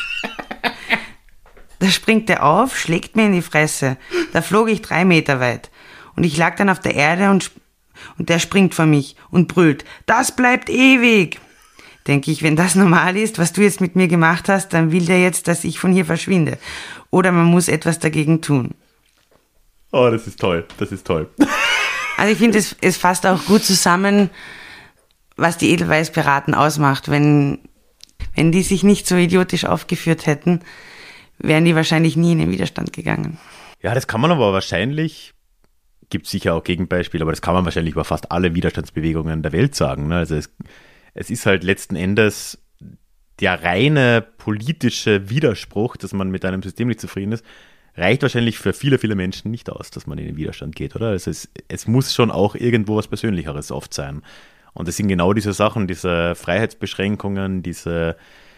Da springt er auf, schlägt mir in die Fresse. Da flog ich 3 Meter weit. Und ich lag dann auf der Erde und der springt vor mich und brüllt, das bleibt ewig. Denke ich, wenn das normal ist, was du jetzt mit mir gemacht hast, dann will der jetzt, dass ich von hier verschwinde. Oder man muss etwas dagegen tun. Oh, das ist toll. Das ist toll. Also ich finde, es fasst auch gut zusammen, was die Edelweiss-Piraten ausmacht. Wenn die sich nicht so idiotisch aufgeführt hätten, wären die wahrscheinlich nie in den Widerstand gegangen. Ja, das kann man aber wahrscheinlich, gibt es sicher auch Gegenbeispiele, aber das kann man wahrscheinlich über fast alle Widerstandsbewegungen der Welt sagen. Ne? Also es ist halt letzten Endes der reine politische Widerspruch, dass man mit einem System nicht zufrieden ist, reicht wahrscheinlich für viele, viele Menschen nicht aus, dass man in den Widerstand geht, oder? Also es muss schon auch irgendwo was Persönlicheres oft sein. Und das sind genau diese Sachen, diese Freiheitsbeschränkungen, diese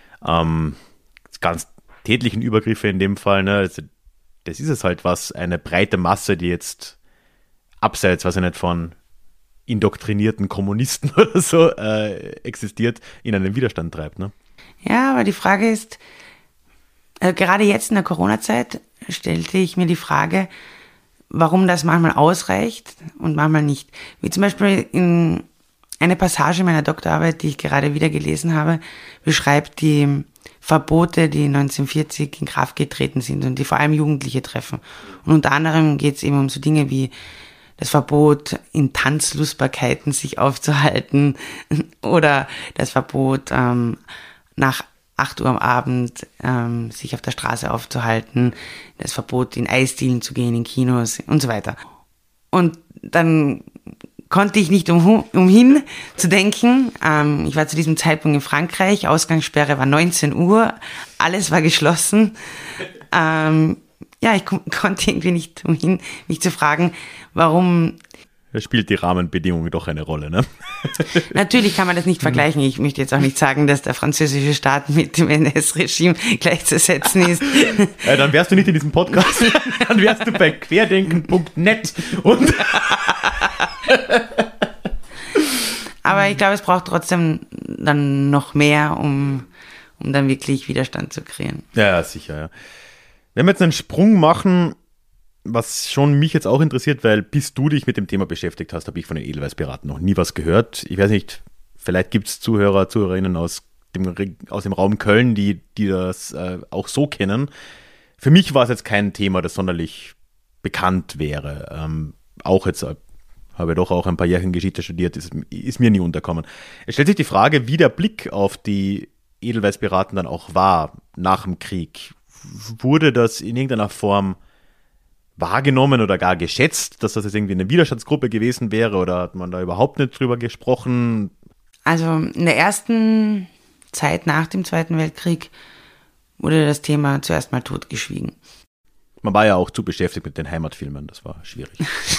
ganz tätlichen Übergriffe in dem Fall, ne? Also das ist es halt, was eine breite Masse, die jetzt abseits, weiß ich nicht, von indoktrinierten Kommunisten oder so existiert, in einen Widerstand treibt, ne? Ja, aber die Frage ist, gerade jetzt in der Corona-Zeit stellte ich mir die Frage, warum das manchmal ausreicht und manchmal nicht. Wie zum Beispiel in eine Passage meiner Doktorarbeit, die ich gerade wieder gelesen habe, beschreibt die Verbote, die 1940 in Kraft getreten sind und die vor allem Jugendliche treffen. Und unter anderem geht es eben um so Dinge wie das Verbot, in Tanzlustbarkeiten sich aufzuhalten oder das Verbot, nach 8 Uhr am Abend sich auf der Straße aufzuhalten, das Verbot, in Eisdielen zu gehen, in Kinos und so weiter. Und dann konnte ich nicht umhin zu denken, ich war zu diesem Zeitpunkt in Frankreich, Ausgangssperre war 19 Uhr, alles war geschlossen. Ich konnte irgendwie nicht umhin, mich zu fragen, warum... Da spielt die Rahmenbedingung doch eine Rolle, ne? Natürlich kann man das nicht vergleichen. Ich möchte jetzt auch nicht sagen, dass der französische Staat mit dem NS-Regime gleichzusetzen ist. Dann wärst du nicht in diesem Podcast. Dann wärst du bei querdenken.net. Aber ich glaube, es braucht trotzdem dann noch mehr, um dann wirklich Widerstand zu kreieren. Ja, sicher, ja. Wenn wir jetzt einen Sprung machen, was schon mich jetzt auch interessiert, weil bis du dich mit dem Thema beschäftigt hast, habe ich von den Edelweiß-Piraten noch nie was gehört. Ich weiß nicht, vielleicht gibt es Zuhörer, Zuhörerinnen aus dem Raum Köln, die das auch so kennen. Für mich war es jetzt kein Thema, das sonderlich bekannt wäre. Auch jetzt habe ich doch auch ein paar Jährchen Geschichte studiert, ist mir nie unterkommen. Es stellt sich die Frage, wie der Blick auf die Edelweiß-Piraten dann auch war nach dem Krieg. Wurde das in irgendeiner Form wahrgenommen oder gar geschätzt, dass das jetzt irgendwie eine Widerstandsgruppe gewesen wäre, oder hat man da überhaupt nicht drüber gesprochen? Also in der ersten Zeit nach dem Zweiten Weltkrieg wurde das Thema zuerst mal totgeschwiegen. Man war ja auch zu beschäftigt mit den Heimatfilmen, das war schwierig.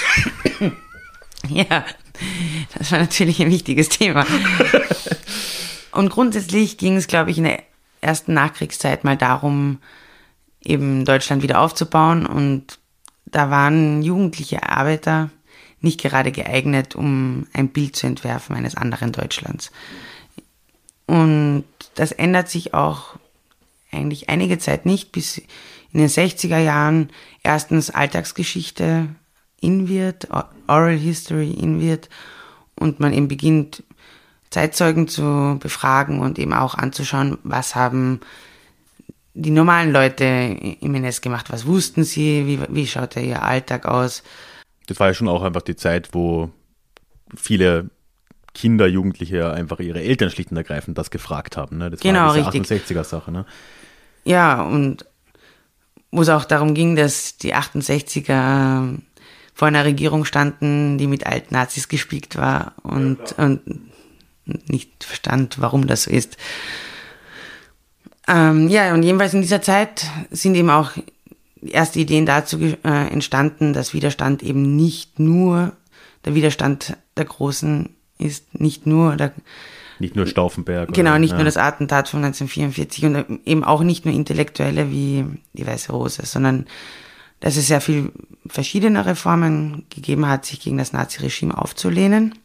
Ja, das war natürlich ein wichtiges Thema. Und grundsätzlich ging es, glaube ich, in der ersten Nachkriegszeit mal darum, eben Deutschland wieder aufzubauen, und da waren jugendliche Arbeiter nicht gerade geeignet, um ein Bild zu entwerfen eines anderen Deutschlands. Und das ändert sich auch eigentlich einige Zeit nicht, bis in den 60er Jahren erstens Alltagsgeschichte in wird, Oral History in wird, und man eben beginnt, Zeitzeugen zu befragen und eben auch anzuschauen, was haben die normalen Leute im NS gemacht, was wussten sie, wie schaute ihr Alltag aus. Das war ja schon auch einfach die Zeit, wo viele Kinder, Jugendliche einfach ihre Eltern schlicht und ergreifend das gefragt haben. Ne? Das genau, war diese richtig. 68er-Sache. Ne? Ja, und wo es auch darum ging, dass die 68er vor einer Regierung standen, die mit alten Nazis gespielt war und nicht verstand, warum das so ist. Und jedenfalls in dieser Zeit sind eben auch erste Ideen dazu entstanden, dass Widerstand eben nicht nur der Widerstand der Großen ist, nicht nur Stauffenberg. Genau, nicht nur das Attentat von 1944 und eben auch nicht nur Intellektuelle wie die Weiße Rose, sondern dass es sehr viel verschiedene Formen gegeben hat, sich gegen das Naziregime aufzulehnen.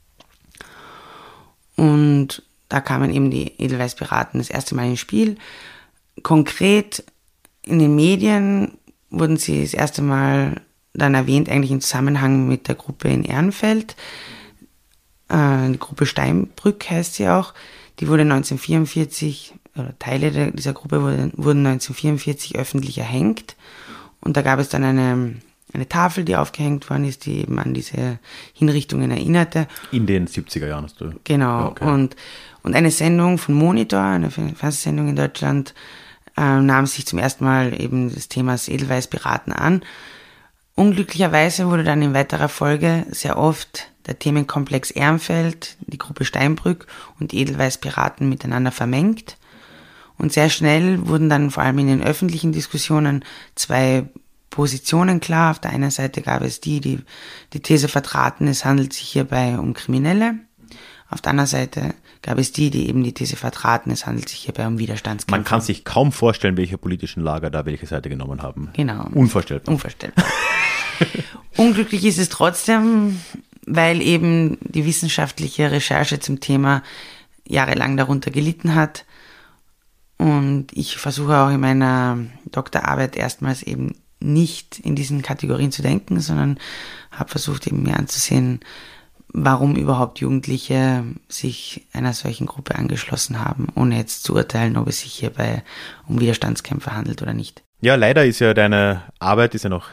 Und da kamen eben die Edelweiß-Piraten das erste Mal ins Spiel. Konkret in den Medien wurden sie das erste Mal dann erwähnt, eigentlich im Zusammenhang mit der Gruppe in Ehrenfeld. Die Gruppe Steinbrück heißt sie auch. Die wurde 1944, oder Teile dieser Gruppe wurden 1944 öffentlich erhängt. Und da gab es dann eine Tafel, die aufgehängt worden ist, die eben an diese Hinrichtungen erinnerte. In den 70er Jahren hast du. Genau. Ja, okay. Und eine Sendung von Monitor, eine Fernsehsendung in Deutschland, nahm sich zum ersten Mal eben des Themas Edelweiß-Piraten an. Unglücklicherweise wurde dann in weiterer Folge sehr oft der Themenkomplex Ehrenfeld, die Gruppe Steinbrück und die Edelweiß-Piraten miteinander vermengt. Und sehr schnell wurden dann vor allem in den öffentlichen Diskussionen zwei Positionen klar. Auf der einen Seite gab es die These vertraten, es handelt sich hierbei um Kriminelle. Auf der anderen Seite gab es die eben die These vertraten, es handelt sich hierbei um Widerstandskämpfer. Man kann sich kaum vorstellen, welche politischen Lager da welche Seite genommen haben. Genau. Unvorstellbar. Unglücklich ist es trotzdem, weil eben die wissenschaftliche Recherche zum Thema jahrelang darunter gelitten hat. Und ich versuche auch in meiner Doktorarbeit erstmals eben nicht in diesen Kategorien zu denken, sondern habe versucht eben mir anzusehen, warum überhaupt Jugendliche sich einer solchen Gruppe angeschlossen haben, ohne jetzt zu urteilen, ob es sich hierbei um Widerstandskämpfer handelt oder nicht. Ja, leider ist ja deine Arbeit ist ja noch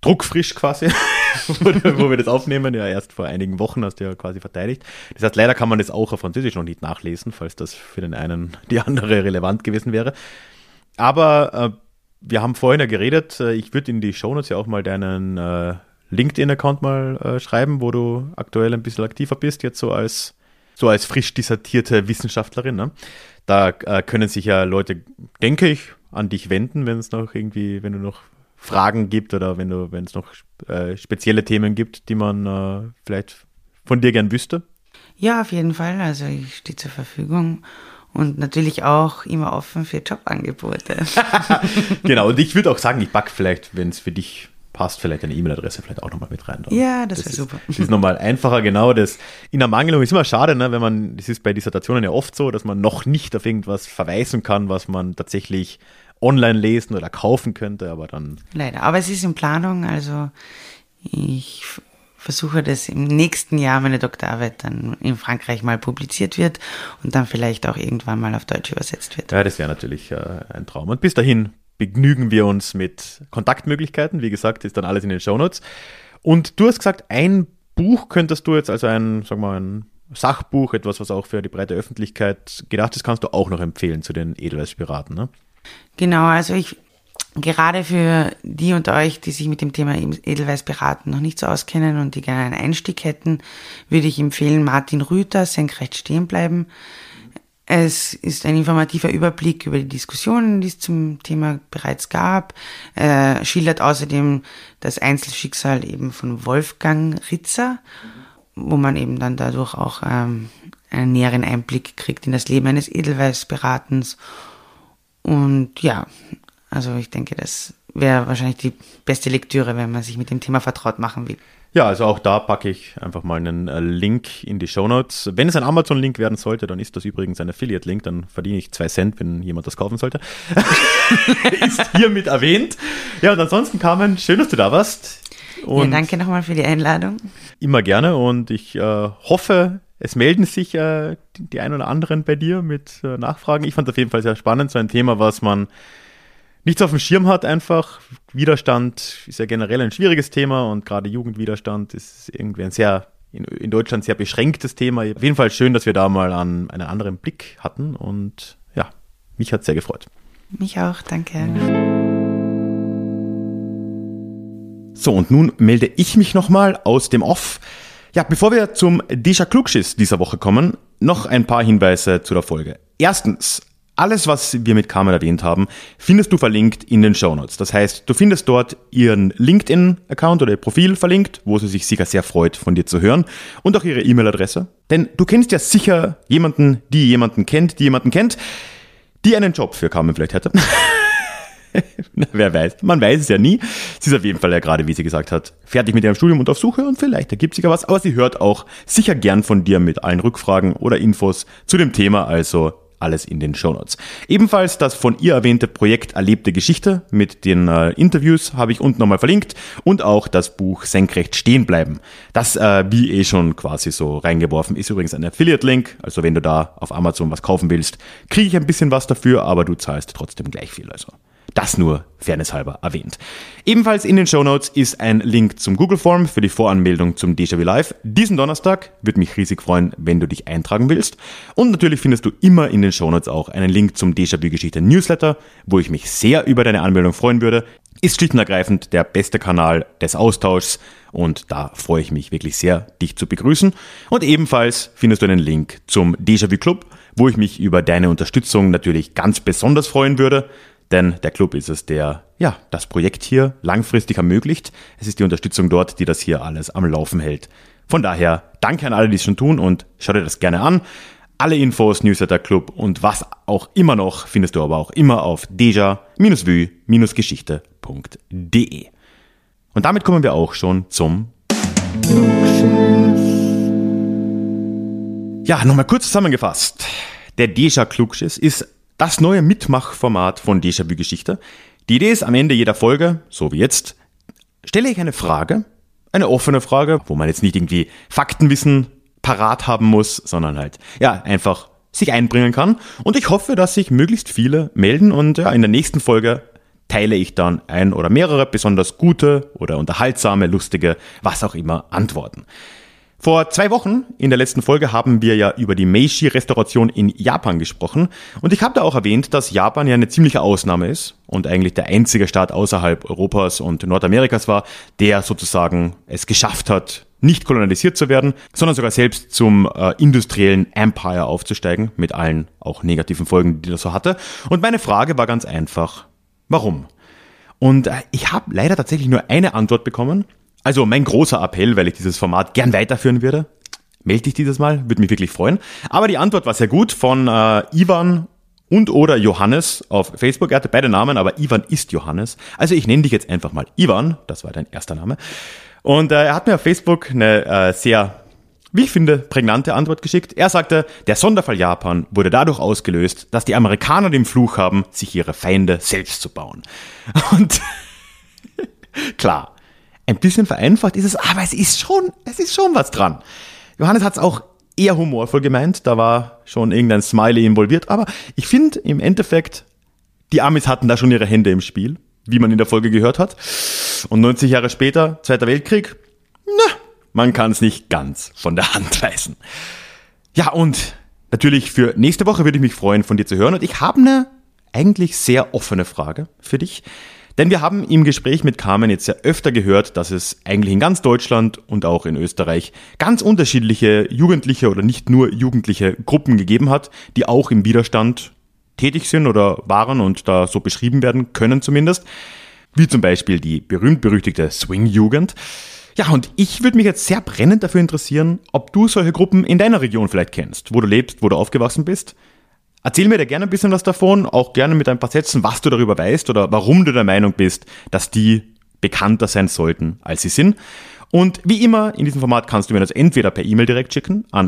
druckfrisch quasi, wo wir das aufnehmen. Ja, erst vor einigen Wochen hast du ja quasi verteidigt. Das heißt, leider kann man das auch auf Französisch noch nicht nachlesen, falls das für den einen die andere relevant gewesen wäre. Aber wir haben vorhin ja geredet, ich würde in die Shownotes ja auch mal deinen LinkedIn-Account mal schreiben, wo du aktuell ein bisschen aktiver bist, jetzt so als frisch dissertierte Wissenschaftlerin. Ne? Da können sich ja Leute, denke ich, an dich wenden, wenn du noch Fragen gibt oder wenn es noch spezielle Themen gibt, die man vielleicht von dir gern wüsste. Ja, auf jeden Fall. Also ich stehe zur Verfügung und natürlich auch immer offen für Jobangebote. Genau, und ich würde auch sagen, ich packe vielleicht, wenn es für dich passt, vielleicht eine E-Mail-Adresse vielleicht auch nochmal mit rein. Dann. Ja, das wäre super. Das ist nochmal einfacher, genau. Das in der Mangelung ist immer schade, ne, das ist bei Dissertationen ja oft so, dass man noch nicht auf irgendwas verweisen kann, was man tatsächlich online lesen oder kaufen könnte, aber dann... Leider, aber es ist in Planung, also ich versuche, dass im nächsten Jahr meine Doktorarbeit dann in Frankreich mal publiziert wird und dann vielleicht auch irgendwann mal auf Deutsch übersetzt wird. Ja, das wäre natürlich ein Traum. Und bis dahin begnügen wir uns mit Kontaktmöglichkeiten. Wie gesagt, ist dann alles in den Shownotes. Und du hast gesagt, ein Buch könntest du jetzt, also ein Sachbuch, etwas, was auch für die breite Öffentlichkeit gedacht ist, kannst du auch noch empfehlen zu den Edelweiß-Piraten, ne? Genau, also gerade für die unter euch, die sich mit dem Thema Edelweiß-Piraten noch nicht so auskennen und die gerne einen Einstieg hätten, würde ich empfehlen, Martin Rüther, Senkrecht stehen bleiben. Es ist ein informativer Überblick über die Diskussionen, die es zum Thema bereits gab. Schildert außerdem das Einzelschicksal eben von Wolfgang Ritzer, wo man eben dann dadurch auch einen näheren Einblick kriegt in das Leben eines Edelweiß-Piratens. Und ja, also ich denke, das wäre wahrscheinlich die beste Lektüre, wenn man sich mit dem Thema vertraut machen will. Ja, also auch da packe ich einfach mal einen Link in die Shownotes. Wenn es ein Amazon-Link werden sollte, dann ist das übrigens ein Affiliate-Link, dann verdiene ich 2 Cent, wenn jemand das kaufen sollte. Ist hiermit erwähnt. Ja, und ansonsten, Carmen, schön, dass du da warst. Und ja, danke nochmal für die Einladung. Immer gerne und ich hoffe, es melden sich die ein oder anderen bei dir mit Nachfragen. Ich fand es auf jeden Fall sehr spannend, so ein Thema, was man nichts auf dem Schirm hat einfach. Widerstand ist ja generell ein schwieriges Thema und gerade Jugendwiderstand ist irgendwie ein in Deutschland sehr beschränktes Thema. Auf jeden Fall schön, dass wir da mal einen anderen Blick hatten und ja, mich hat es sehr gefreut. Mich auch, danke. So, und nun melde ich mich nochmal aus dem Off. Ja, bevor wir zum Déjà Klugschiss dieser Woche kommen, noch ein paar Hinweise zu der Folge. Erstens, alles, was wir mit Carmen erwähnt haben, findest du verlinkt in den Shownotes. Das heißt, du findest dort ihren LinkedIn-Account oder ihr Profil verlinkt, wo sie sich sicher sehr freut, von dir zu hören, und auch ihre E-Mail-Adresse. Denn du kennst ja sicher jemanden, die jemanden kennt, die einen Job für Carmen vielleicht hätte. Wer weiß, man weiß es ja nie. Sie ist auf jeden Fall ja gerade, wie sie gesagt hat, fertig mit ihrem Studium und auf Suche und vielleicht ergibt sich ja was, aber sie hört auch sicher gern von dir mit allen Rückfragen oder Infos zu dem Thema, also alles in den Shownotes. Ebenfalls das von ihr erwähnte Projekt Erlebte Geschichte mit den Interviews habe ich unten nochmal verlinkt und auch das Buch Senkrecht stehen bleiben. Das, wie schon quasi so reingeworfen, ist übrigens ein Affiliate-Link, also wenn du da auf Amazon was kaufen willst, kriege ich ein bisschen was dafür, aber du zahlst trotzdem gleich viel, also das nur fairnesshalber erwähnt. Ebenfalls in den Shownotes ist ein Link zum Google Form für die Voranmeldung zum Déjà-vu Live. Diesen Donnerstag würde mich riesig freuen, wenn du dich eintragen willst. Und natürlich findest du immer in den Shownotes auch einen Link zum Déjà-vu Geschichte Newsletter, wo ich mich sehr über deine Anmeldung freuen würde. Ist schlicht und ergreifend der beste Kanal des Austauschs und da freue ich mich wirklich sehr, dich zu begrüßen. Und ebenfalls findest du einen Link zum Déjà-vu Club, wo ich mich über deine Unterstützung natürlich ganz besonders freuen würde. Denn der Club ist es, der das Projekt hier langfristig ermöglicht. Es ist die Unterstützung dort, die das hier alles am Laufen hält. Von daher, danke an alle, die es schon tun und schau dir das gerne an. Alle Infos, Newsletter Club und was auch immer noch, findest du aber auch immer auf deja-vu-geschichte.de. Und damit kommen wir auch schon zum Ja, nochmal kurz zusammengefasst. Der Déjà Klugschiss ist das neue Mitmachformat von Déjà-vu Geschichte. Die Idee ist, am Ende jeder Folge, so wie jetzt, stelle ich eine Frage, eine offene Frage, wo man jetzt nicht irgendwie Faktenwissen parat haben muss, sondern halt, einfach sich einbringen kann. Und ich hoffe, dass sich möglichst viele melden und in der nächsten Folge teile ich dann ein oder mehrere besonders gute oder unterhaltsame, lustige, was auch immer Antworten. Vor 2 Wochen in der letzten Folge haben wir ja über die Meiji-Restauration in Japan gesprochen und ich habe da auch erwähnt, dass Japan ja eine ziemliche Ausnahme ist und eigentlich der einzige Staat außerhalb Europas und Nordamerikas war, der sozusagen es geschafft hat, nicht kolonialisiert zu werden, sondern sogar selbst zum industriellen Empire aufzusteigen, mit allen auch negativen Folgen, die das so hatte. Und meine Frage war ganz einfach, warum? Und ich habe leider tatsächlich nur eine Antwort bekommen. Also mein großer Appell, weil ich dieses Format gern weiterführen würde, melde dich dieses Mal, würde mich wirklich freuen. Aber die Antwort war sehr gut von Ivan und oder Johannes auf Facebook. Er hatte beide Namen, aber Ivan ist Johannes. Also ich nenne dich jetzt einfach mal Ivan, das war dein erster Name. Und er hat mir auf Facebook eine sehr, wie ich finde, prägnante Antwort geschickt. Er sagte, der Sonderfall Japan wurde dadurch ausgelöst, dass die Amerikaner den Fluch haben, sich ihre Feinde selbst zu bauen. Und klar, ein bisschen vereinfacht ist es, aber es ist schon was dran. Johannes hat es auch eher humorvoll gemeint, da war schon irgendein Smiley involviert, aber ich finde im Endeffekt, die Amis hatten da schon ihre Hände im Spiel, wie man in der Folge gehört hat. Und 90 Jahre später, Zweiter Weltkrieg, man kann es nicht ganz von der Hand weisen. Ja, und natürlich für nächste Woche würde ich mich freuen, von dir zu hören. Und ich habe eine eigentlich sehr offene Frage für dich. Denn wir haben im Gespräch mit Carmen jetzt ja öfter gehört, dass es eigentlich in ganz Deutschland und auch in Österreich ganz unterschiedliche jugendliche oder nicht nur jugendliche Gruppen gegeben hat, die auch im Widerstand tätig sind oder waren und da so beschrieben werden können zumindest. Wie zum Beispiel die berühmt-berüchtigte Swing-Jugend. Ja, und ich würde mich jetzt sehr brennend dafür interessieren, ob du solche Gruppen in deiner Region vielleicht kennst, wo du lebst, wo du aufgewachsen bist. Erzähl mir da gerne ein bisschen was davon, auch gerne mit ein paar Sätzen, was du darüber weißt oder warum du der Meinung bist, dass die bekannter sein sollten, als sie sind. Und wie immer in diesem Format kannst du mir das entweder per E-Mail direkt schicken an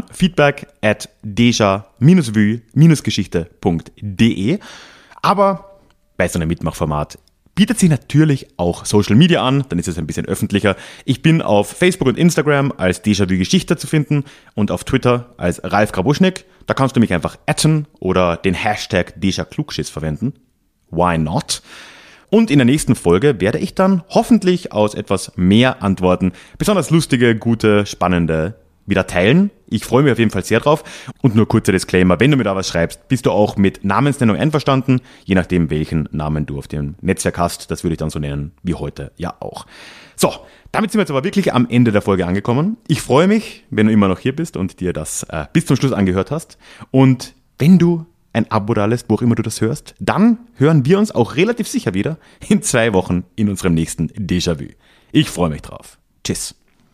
feedback@deja-geschichte.de. Aber bei so einem Mitmachformat bietet sich natürlich auch Social Media an, dann ist es ein bisschen öffentlicher. Ich bin auf Facebook und Instagram als Déjà-vu Geschichte zu finden und auf Twitter als Ralf Grabuschnik. Da kannst du mich einfach @en oder den Hashtag Déjà-Klugschiss verwenden. Why not? Und in der nächsten Folge werde ich dann hoffentlich aus etwas mehr Antworten besonders lustige, gute, spannende wieder teilen. Ich freue mich auf jeden Fall sehr drauf. Und nur kurzer Disclaimer, wenn du mir da was schreibst, bist du auch mit Namensnennung einverstanden, je nachdem welchen Namen du auf dem Netzwerk hast. Das würde ich dann so nennen wie heute ja auch. So, damit sind wir jetzt aber wirklich am Ende der Folge angekommen. Ich freue mich, wenn du immer noch hier bist und dir das bis zum Schluss angehört hast. Und wenn du ein Abo da lässt, wo auch immer du das hörst, dann hören wir uns auch relativ sicher wieder in 2 Wochen in unserem nächsten Déjà-vu. Ich freue mich drauf. Tschüss.